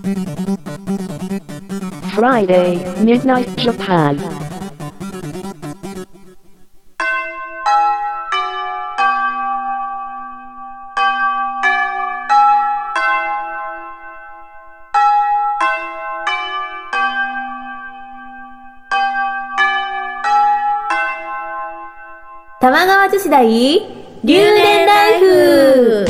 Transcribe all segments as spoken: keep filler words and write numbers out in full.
Friday, Midnight Japan. 玉川女子大留年ライフ。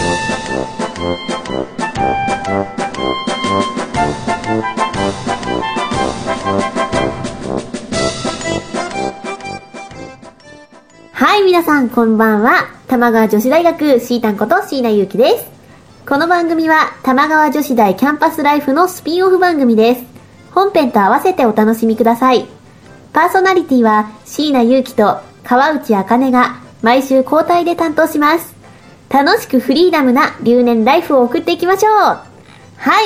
はい、皆さんこんばんは。玉川女子大学シータンこと椎名優樹です。この番組は玉川女子大キャンパスライフのスピンオフ番組です。本編と合わせてお楽しみください。パーソナリティは椎名優樹と川内茜が毎週交代で担当します。楽しくフリーダムな留年ライフを送っていきましょう。はい、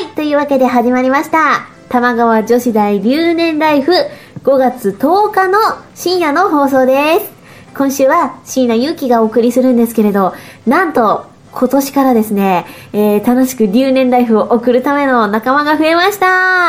というわけで始まりました玉川女子大留年ライフごがつとおかの深夜の放送です。今週は椎名優樹がお送りするんですけれど、なんと今年からですね、えー、楽しく留年ライフを送るための仲間が増えました。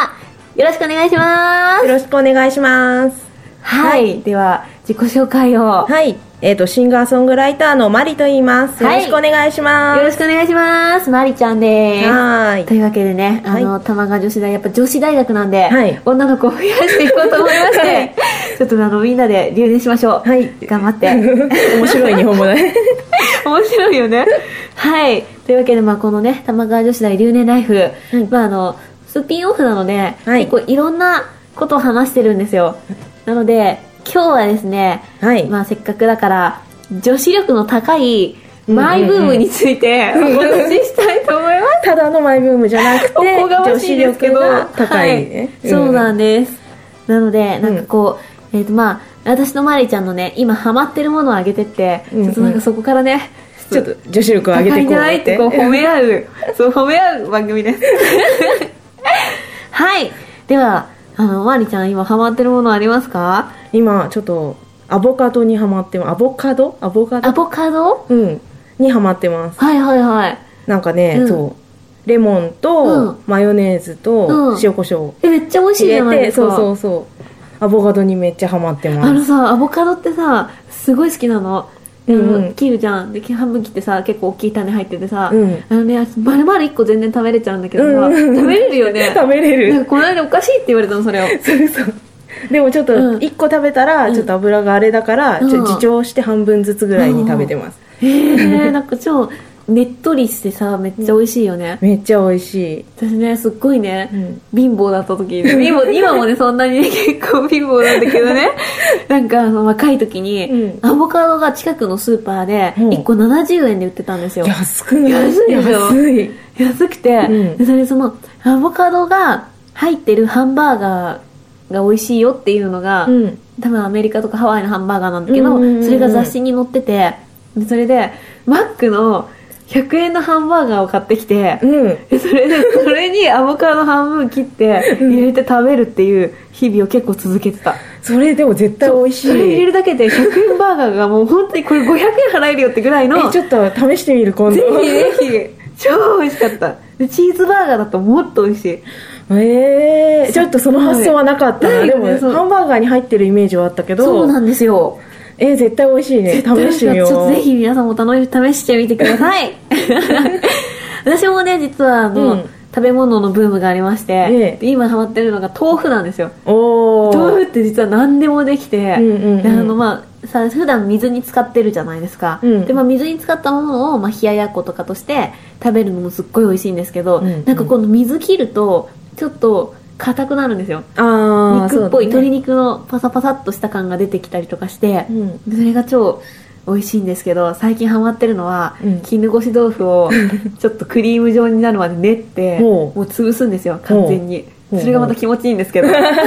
よろしくお願いします。 よろしくお願いします。 はい、はい、では自己紹介を。 はい、えーとシンガーソングライターのマリと言います。よろしくお願いします。 はい、よろしくお願いします。マリちゃんです。 はい。 というわけでね、あの、はい、玉川女子大やっぱ女子大学なんで、はい、女の子を増やしていこうと思いまして、はい、ちょっとあのみんなで留年しましょう。はい。頑張って。 面白い日本語だね。 面白いよね。はい。というわけでまあこのね玉川女子大留年ライフ、うん、まああのスピンオフなので、はい、結構いろんなことを話してるんですよ。なので。今日はですね、はい、まあせっかくだから女子力の高いマイブームについてお話ししたいと思います。 ただのマイブームじゃなくておこがましいですけど女子力が高い、ね、 はい、そうなんです。なのでなんかこう、うん、えーとまあ私のマリちゃんのね今ハマってるものをあげてって、うんうん、ちょっとなんかそこからねちょっと女子力を上げていこうって高いんじゃないってこう褒め合うそう褒め合う番組です。はい、ではあのマリちゃん今ハマってるものありますか？ 今ちょっとアボカドにハマってます。アボカドアボカドアボカドうんにハマってます。 はいはいはい。 なんかね、うん、そうレモンとマヨネーズと塩コショウ、うん、 えめっちゃ美味しいじゃないですか。 そうそうそうアボカドにめっちゃハマってます。 あのさアボカドってさすごい好きなの。うんうん、切るじゃんで半分切ってさ結構大きい種入っててさ、うん、あのね丸々いっこ全然食べれちゃうんだけどさ、うん、食べれるよね。 食べれる。 なんかこの間おかしいって言われたのそれを。 そうそうでもちょっといっこ食べたらちょっと油があれだから、うん、ちょ自重して半分ずつぐらいに食べてます。 へえなんか超ねっとりしてさめっちゃ美味しいよね。 めっちゃ美味しい。 私ねすっごいね、うん、貧乏だった時今, 今もねそんなにね結構貧乏なんだけどねなんかあの若い時に、うん、アボカドが近くのスーパーでいっこななじゅうえんで売ってたんですよ。 安くない？ 安いでしょ。 安い安くて、うん、でそれそのアボカドが入ってるハンバーガーが美味しいよっていうのが、うん、多分アメリカとかハワイのハンバーガーなんだけど、うんうんうんうん、それが雑誌に載っててでそれでマックのひゃくえんのハンバーガーを買ってきて、うん、それでそれにアボカド半分切って入れて食べるっていう日々を結構続けてた。 それでも絶対美味しい。 それ入れるだけでひゃくえんバーガーがもう本当にこれごひゃくえん払えるよってぐらいの。 えちょっと試してみる今度。 ぜひぜひ超美味しかった。でチーズバーガーだともっと美味しい。 えー、ちょっとその発想はなかったな。でもハンバーガーに入ってるイメージはあったけど。 そうなんですよ。 えー、絶対美味しいね。試してみよう。 ちょっとぜひ皆さんも試してみてください。私もね実はあの、うん、食べ物のブームがありまして、ええ、今ハマってるのが豆腐なんですよ。お豆腐って実は何でもできて、うんうんうん、であのまあさ普段水に浸かってるじゃないですか、うん、でまあ、水に浸かったものを、まあ、冷ややっことかとして食べるのもすっごい美味しいんですけど、うんうん、なんかこの水切るとちょっと硬くなるんですよ。あ肉っぽい、ね、鶏肉のパサパサっとした感が出てきたりとかして、うん、それが超美味しいんですけど最近ハマってるのは、うん、絹ごし豆腐をちょっとクリーム状になるまで練ってもう潰すんですよ完全に。それがまた気持ちいいんですけど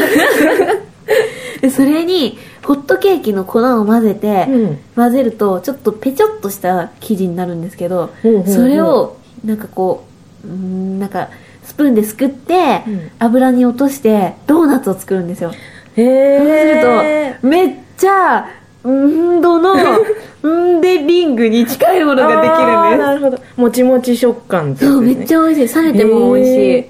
でそれにホットケーキの粉を混ぜて、うん、混ぜるとちょっとペチョっとした生地になるんですけど、うん、それをなんかこううんなんかスプーンですくって、うん、油に落としてドーナツを作るんですよ。へー。そうするとめっちゃうんどのんでリングに近いものができるんです。 なるほど。もちもち食感って、ね、 そうめっちゃ美味しい。冷めても美味しい。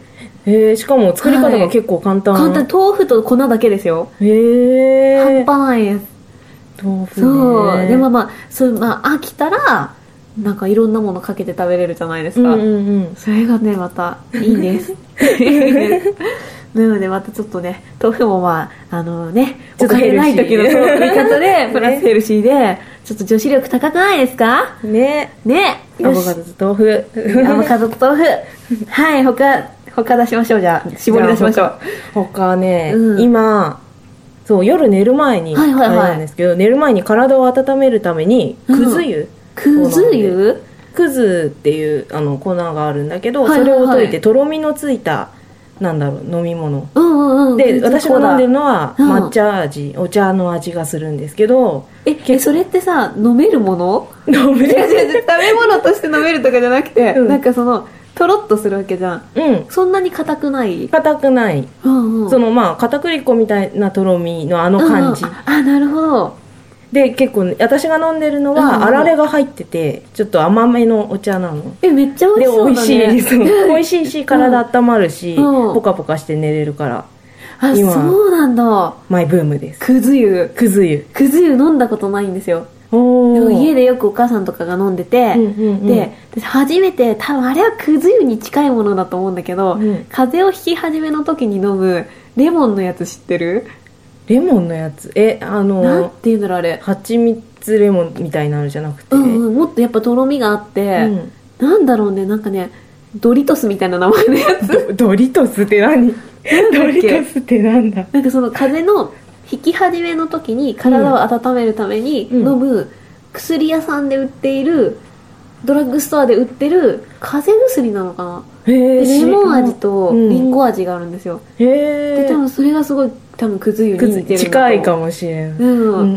へえ、しかも作り方が結構簡単。 簡単、豆腐と粉だけですよ。 へえ。 半端ないです。 豆腐ね。 そう。でもまあ、そう、まあ、飽きたら、なんかいろんなものかけて食べれるじゃないですか。 うんうんうん。 それがね、またいいです。いいです。なのでまたちょっとね、豆腐もまあ、あのね、 ちょっとヘルシーお金ない時のそう見方で、プラスヘルシーで、ちょっと女子力高くないですかね。 ね。 アボカドと豆腐。 アボカドと豆腐。はい、他、他出しましょう、じゃあ。絞り出しましょう。 他ね、 うん、 今、そう、夜寝る前に、 はいはいはい、 あれなんですけど、寝る前に体を温めるために、くず湯、うん、 くず湯くずっていうあの粉があるんだけど、 はいはいはい、 それを溶いてとろみのついたなんだろう飲み物、 うんうんうん、 で私が飲んでるのはうん、 抹茶味、お茶の味がするんですけど、 ええそれってさ飲めるもの？ 飲める違う違う違う、食べ物として飲めるとかじゃなくて、うん、なんかそのとろっとするわけじゃん。うん。そんなに硬くない？ 硬くない。 うんうん。 そのまあ片栗粉みたいなとろみのあの感じ。 うんうん、あ、なるほど。 で結構、ね、私が飲んでるのはあられが入っててちょっと甘めのお茶なの。 え、めっちゃ美味しそうだね。 で美味しいです。美味しいし体温まるし、うん、ポカポカして寝れるから。 あ、今そうなんだ。 マイブームです。 くず湯。 くず湯。 くず湯飲んだことないんですよ。おでも家でよくお母さんとかが飲んでて、うんうんうん、で初めて多分あれはくず湯に近いものだと思うんだけど、うん、風邪をひき始めの時に飲むレモンのやつ知ってる？ レモンのやつ、え、あのなんていうんだろうあれ、 蜂蜜レモンみたいなのじゃなくて、 うんうん、もっとやっぱとろみがあって、うん、なんだろうね、なんかねドリトスみたいな名前のやつ。 ド, ドリトスって何？ドリトスってなんだ？ なんかその風邪の引き始めの時に体を温めるために飲む薬屋さんで売っている、ドラッグストアで売ってる風邪薬なのかな。へでレモン味とリンゴ味があるんですよ。へー。で多分それがすごい多分くず湯に似てるんだと思う。 近いかもしれん、うんうんうんうん、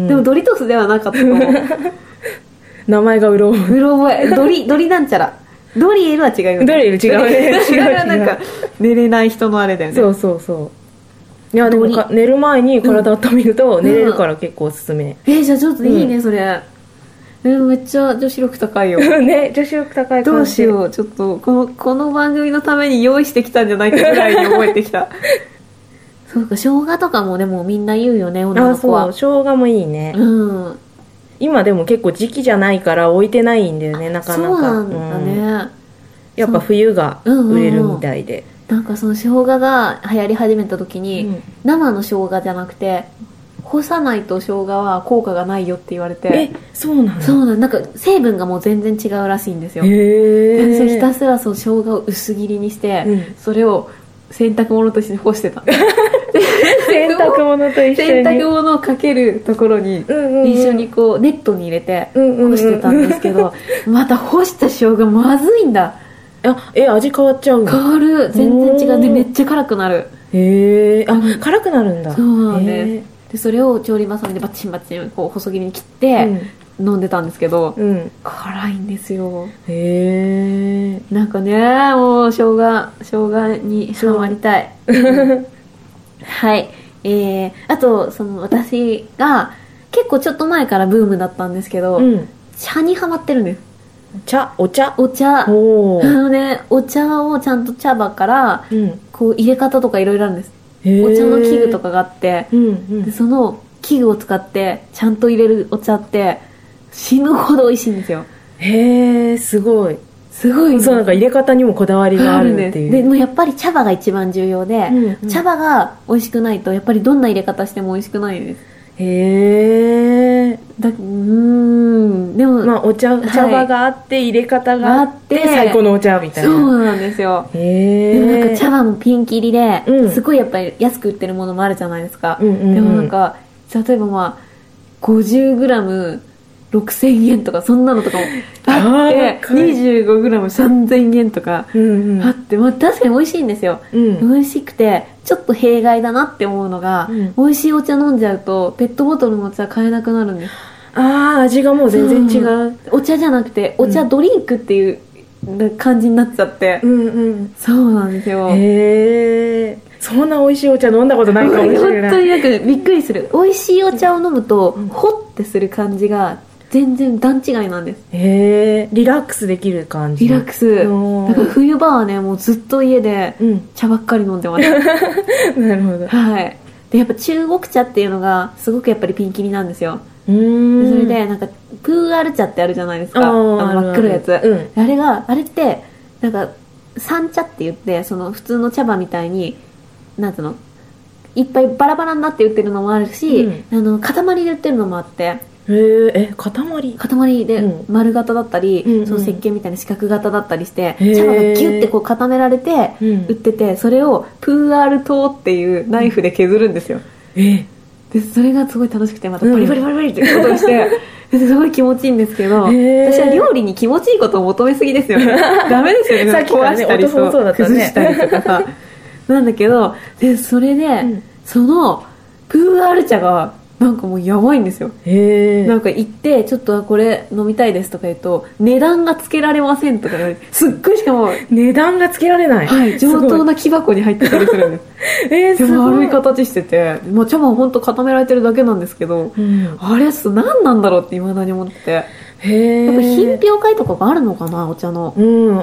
でもドリトスではなかったと思う。 名前がうろ覚え。 うろ覚え。ドリドリなんちゃら。ドリエルは違うよね。 ドリエル違うね。違う違う。 なんか寝れない人のあれだよね。 そうそうそう。いやでもか寝る前に体を温めると寝れるから結構おすすめ。うん、 えー、じゃあちょっといいね、うん、それ。えー、めっちゃ女子力高いよ。 ね、女子力高い感じ。 どうしよう、ちょっとこのこの番組のために用意してきたんじゃないかぐらいに覚えてきた。そうか、生姜とかもでもみんな言うよね、女の子は。 あ、そう、生姜もいいね。うん。今でも結構時期じゃないから置いてないんだよね、なかなか。 そうなんだね。うん、 やっぱ冬が売れるみたいで。 うんうんうん、なんかその生姜が流行り始めた時に、うん、生の生姜じゃなくて干さないと生姜は効果がないよって言われて。 え、そうなの？ そうなの。なんか成分がもう全然違うらしいんですよ。へー。でひたすらその生姜を薄切りにして、うん、それを洗濯物として干してた。 洗濯物と一緒に洗濯物をかけるところに一緒にこうネットに入れて干してたんですけど、また干した生姜まずいんだ。 あ、え、味変わっちゃうんだ。 変わる。全然違う。でめっちゃ辛くなる。 へえ。あ、うん、辛くなるんだ。 そうなんです。でそれを調理バサミでバッチンバッチンこう細切りに切って、うん、飲んでたんですけど、うん、辛いんですよ。へえ。なんかね、もう生姜生姜にハマりたい。はい。えー、あとその私が結構ちょっと前からブームだったんですけど、うん、茶にハマってるんです。 茶、お茶お茶。おあのね、お茶をちゃんと茶葉から、うん、こう入れ方とかいろいろあるんです。お茶の器具とかがあって、うんうん、でその器具を使ってちゃんと入れるお茶って死ぬほど美味しいんですよ。 へー、すごいすごい。 そう、なんか入れ方にもこだわりがあるっていう。 でもやっぱり茶葉が一番重要で、うんうん、茶葉が美味しくないとやっぱりどんな入れ方しても美味しくないです。 へえ。 だうーんでもまあお茶、はい、茶葉があって入れ方があって最高のお茶みたいな。 そうなんですよ。へえ。でもなんか茶葉もピンキリで、うん、すごいやっぱり安く売ってるものもあるじゃないですか。うんうんうん、でもなんか例えばまあ ごじゅうグラムろくせんえんとかそんなのとかもあって にじゅうごグラムさんぜんえんとかあって、うんうん、まあ、確かに美味しいんですよ、うん、美味しくてちょっと弊害だなって思うのが、うん、美味しいお茶飲んじゃうとペットボトルのお茶買えなくなるんです。 ああ、味がもう全然違う。 お茶じゃなくてお茶ドリンクっていう感じになっちゃって、うんうん、そうなんですよ。 へえ。そんな美味しいお茶飲んだことないかもしれない。 本当になんかびっくりする。美味しいお茶を飲むと、うん、ホッてする感じが全然段違いなんです。 へえ、リラックスできる感じ。 リラックス。だから冬場はね、もうずっと家で茶ばっかり飲んでます。 うん、なるほど。 はい。で、やっぱ中国茶っていうのがすごくやっぱりピンキリなんですよ。 うーん。 それで、なんか、プーアル茶ってあるじゃないですか。あの真っ黒いやつ。 あるある、うん。 あれが、あれって、なんか、三茶って言って、その普通の茶葉みたいに、なんつうの、いっぱいバラバラになって売ってるのもあるし、うん、あの、塊で売ってるのもあって、 へー、え、塊塊で丸型だったり、うん、その石鹸みたいな四角型だったりして、うん、茶葉がギュッてこう固められて売ってて、うん、それをプーアール刀っていうナイフで削るんですよ。 うん、えでそれがすごい楽しくて、またバリバリバリバリってことをして、うん、すごい気持ちいいんですけど、私は料理に気持ちいいことを求めすぎですよね。ダメですよね。 さっきからね、 壊したりそうだったね、崩したりとかさ。なんだけど、でそれで、うん、そのプーアール茶がなんかもうやばいんですよ。 へー。 なんか行ってちょっとこれ飲みたいですとか言うと値段がつけられませんとか言われて、すっごいしかも値段がつけられない、 はい、上等な木箱に入ってたりするんですえー、すごい。 でも丸い形してて、もう茶葉は本当固められてるだけなんですけど、うん、あれちょっと何なんだろうって未だに思ってて。 へー。 やっぱ品評会とかがあるのかな、お茶の。 うん、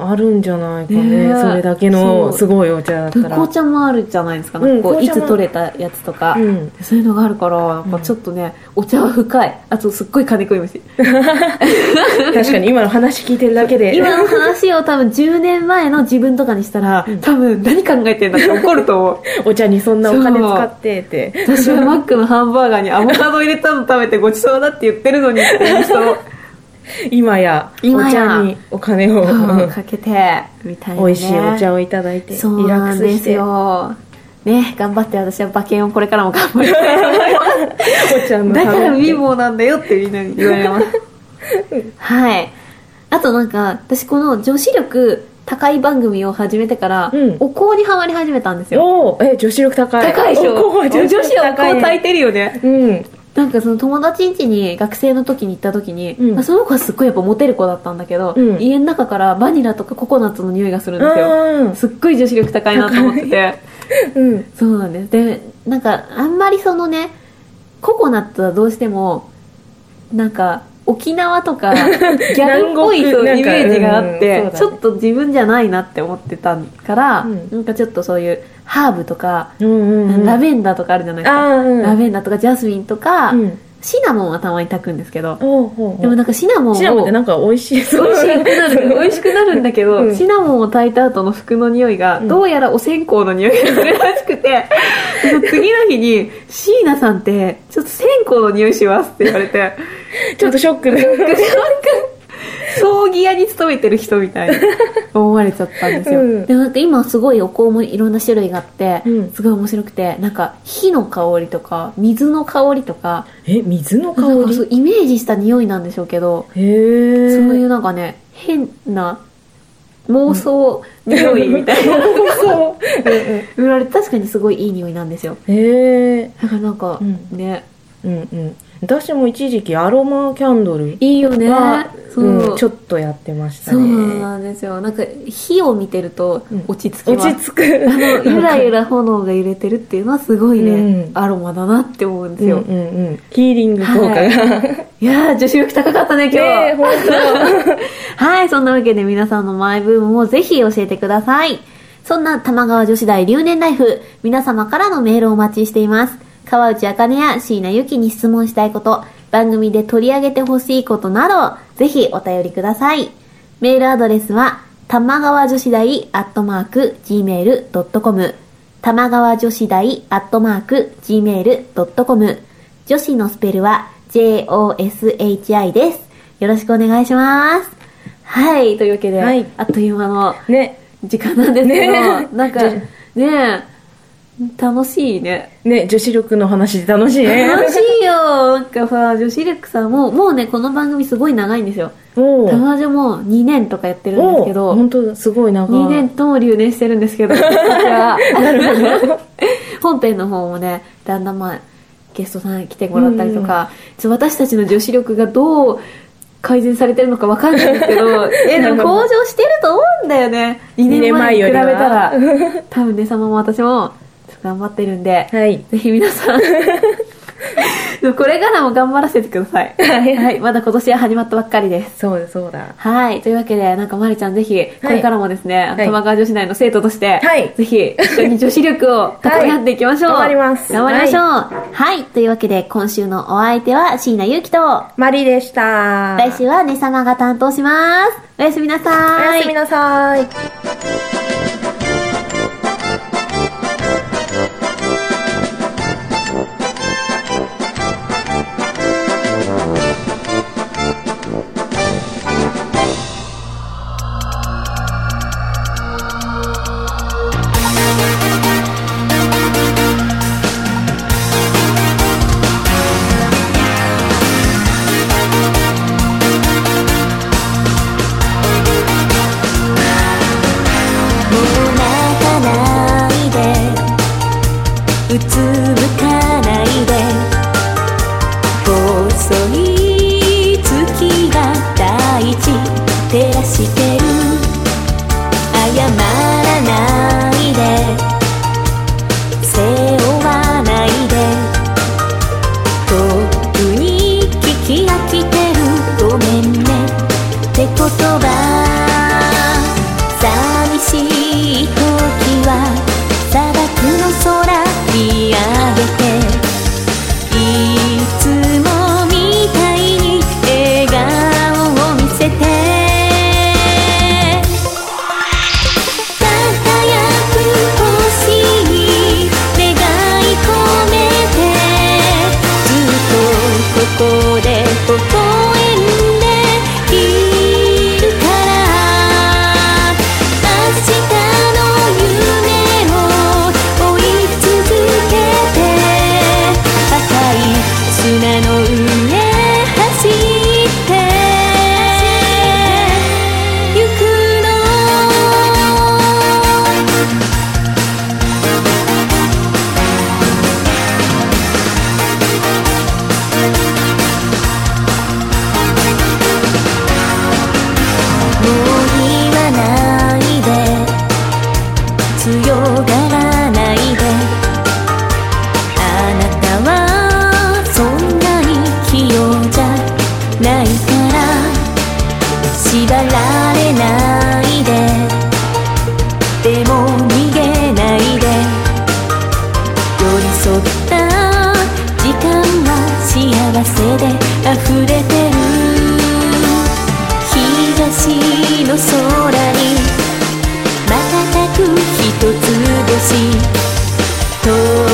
あるんじゃないかね、ね、それだけのすごいお茶だったら。 紅茶もあるじゃないですか、なんかこう、うん、いつ取れたやつとか、うん、そういうのがあるから、なんかちょっとね、うん、お茶は深い。あとすっごい金食い虫。 確かに今の話聞いてるだけで。 今の話を多分じゅうねんまえの自分とかにしたら、うん、多分何考えてんだって怒ると思う。 お茶にそんなお金使ってって。 私はマックのハンバーガーにアボカド入れたの食べてごちそうだって言ってるのにっていう人。 今やお茶にお金をかけてみたいな、ね、 美味しいお茶をいただいてリラックスして。そうなんですよね。頑張って私は馬券をこれからも頑張りたいと思います。 お茶のだから貧乏なんだよってみんなに言われますはい。あとなんか私この女子力高い番組を始めてから、うん、お香にハマり始めたんですよ。 おー、え、女子力高い。 高いでしょ。女子はお香炊いてるよね。うん。なんかその友達ん家に学生の時に行った時に、うん、まあ、その子はすっごいやっぱモテる子だったんだけど、うん、家の中からバニラとかココナッツの匂いがするんですよ。すっごい女子力高いなと思ってて、うん、そうなんです。でなんかあんまりそのね、ココナッツはどうしてもなんか沖縄とかギャルっぽいイメージがあって、うん、ちょっと自分じゃないなって思ってたから、うん、なんかちょっとそういうハーブとか、うんうんうん、ラベンダーとかあるじゃないですか、うん、ラベンダーとかジャスミンとか、うん、シナモンはたまに炊くんですけど、おうおうでもなんかシナモンをシナモンってなんか美味しいそう美味しくなる美味しくなるんだけど、うん、シナモンを炊いた後の服の匂いが、うん、どうやらお線香の匂いがするらしくて次の日に椎名さんってちょっと線香の匂いしますって言われてちょっとショックで葬儀屋に勤めてる人みたいに思われちゃったんですよ、うん、でもなんか今すごいお香もいろんな種類があって、うん、すごい面白くて、なんか火の香りとか水の香りとか、 え水の香り、 そうイメージした匂いなんでしょうけど、 へー、 そういうなんかね変な妄想匂いみたいな妄想売られて、確かにすごいいい匂いなんですよ。 へえ。 だからなんか、うん、ね、 うんうん、私も一時期アロマキャンドルいいよね。 そう、うん、ちょっとやってましたね。 そうなんですよ。なんか火を見てると落ち着きます、 うん、落ち着く。 あのゆらゆら炎が揺れてるっていうのはすごいね、うん、アロマだなって思うんですよ、 うんうんうん、ヒーリング効果が、はい、 いやー女子力高かったね今日、 ね、本当はい。そんなわけで皆さんのマイブームをぜひ教えてください。そんな玉川女子大留年ライフ、皆様からのメールをお待ちしています。川内あかねや椎名ゆきに質問したいこと、番組で取り上げてほしいことなど、ぜひお便りください。メールアドレスは、玉川女子大アットマーク ジーメールドットコム、玉川女子大アットマーク ジーメールドットコム、女子のスペルは ジェイオーエスエイチアイ です。よろしくお願いします。はい、というわけで、はい、あっという間の時間なんですけど、ね、なんかねえ、楽しいね。 ね、女子力の話楽しいね。 楽しいよ。なんかさ、女子力さんも、もうね、この番組すごい長いんですよ。たまじょもにねんとかやってるんですけど。 本当だ、すごい長い。 にねんとも留年してるんですけど、なるほど。本編の方もね、だんだんまあ、ゲストさん来てもらったりとか、うん、私たちの女子力がどう改善されてるのかわかんないんですけど、え、でも向上してると思うんだよね。にねんまえに比べたら。多分ね、様も私も、頑張ってるんで、はい、ぜひ皆さんでもこれからも頑張らせてください。はい、まだ今年は始まったばっかりです。 そうだそうだ。 はい、というわけで、なんかまりちゃんぜひ、これからもですね、はい、あの玉川女子大の生徒として、はい、ぜひ一緒に女子力を高め合っていきましょう。 はい、頑張ります。 頑張りましょう。はい、はい、というわけで、今週のお相手は椎名ゆうきとまりでした。 来週はねさまが担当します。おやすみなさーい。 おやすみなさーい。 うつむかないで細い月が大地照らしてる謝らないで背負わないで遠くに聞き飽きてるごめんねって言葉寂しい時は砂漠の空見上げていつもみたいに笑顔を見せて輝く星に願い込めてずっとここで微笑んでいるから明日の夢を追い続け砂の上走ってゆくのもう言わないで強がらないであなたはそんなに器用じゃないから縛られないででも逃げないで寄り添った時間は幸せで溢れてる東の空に瞬く一つ星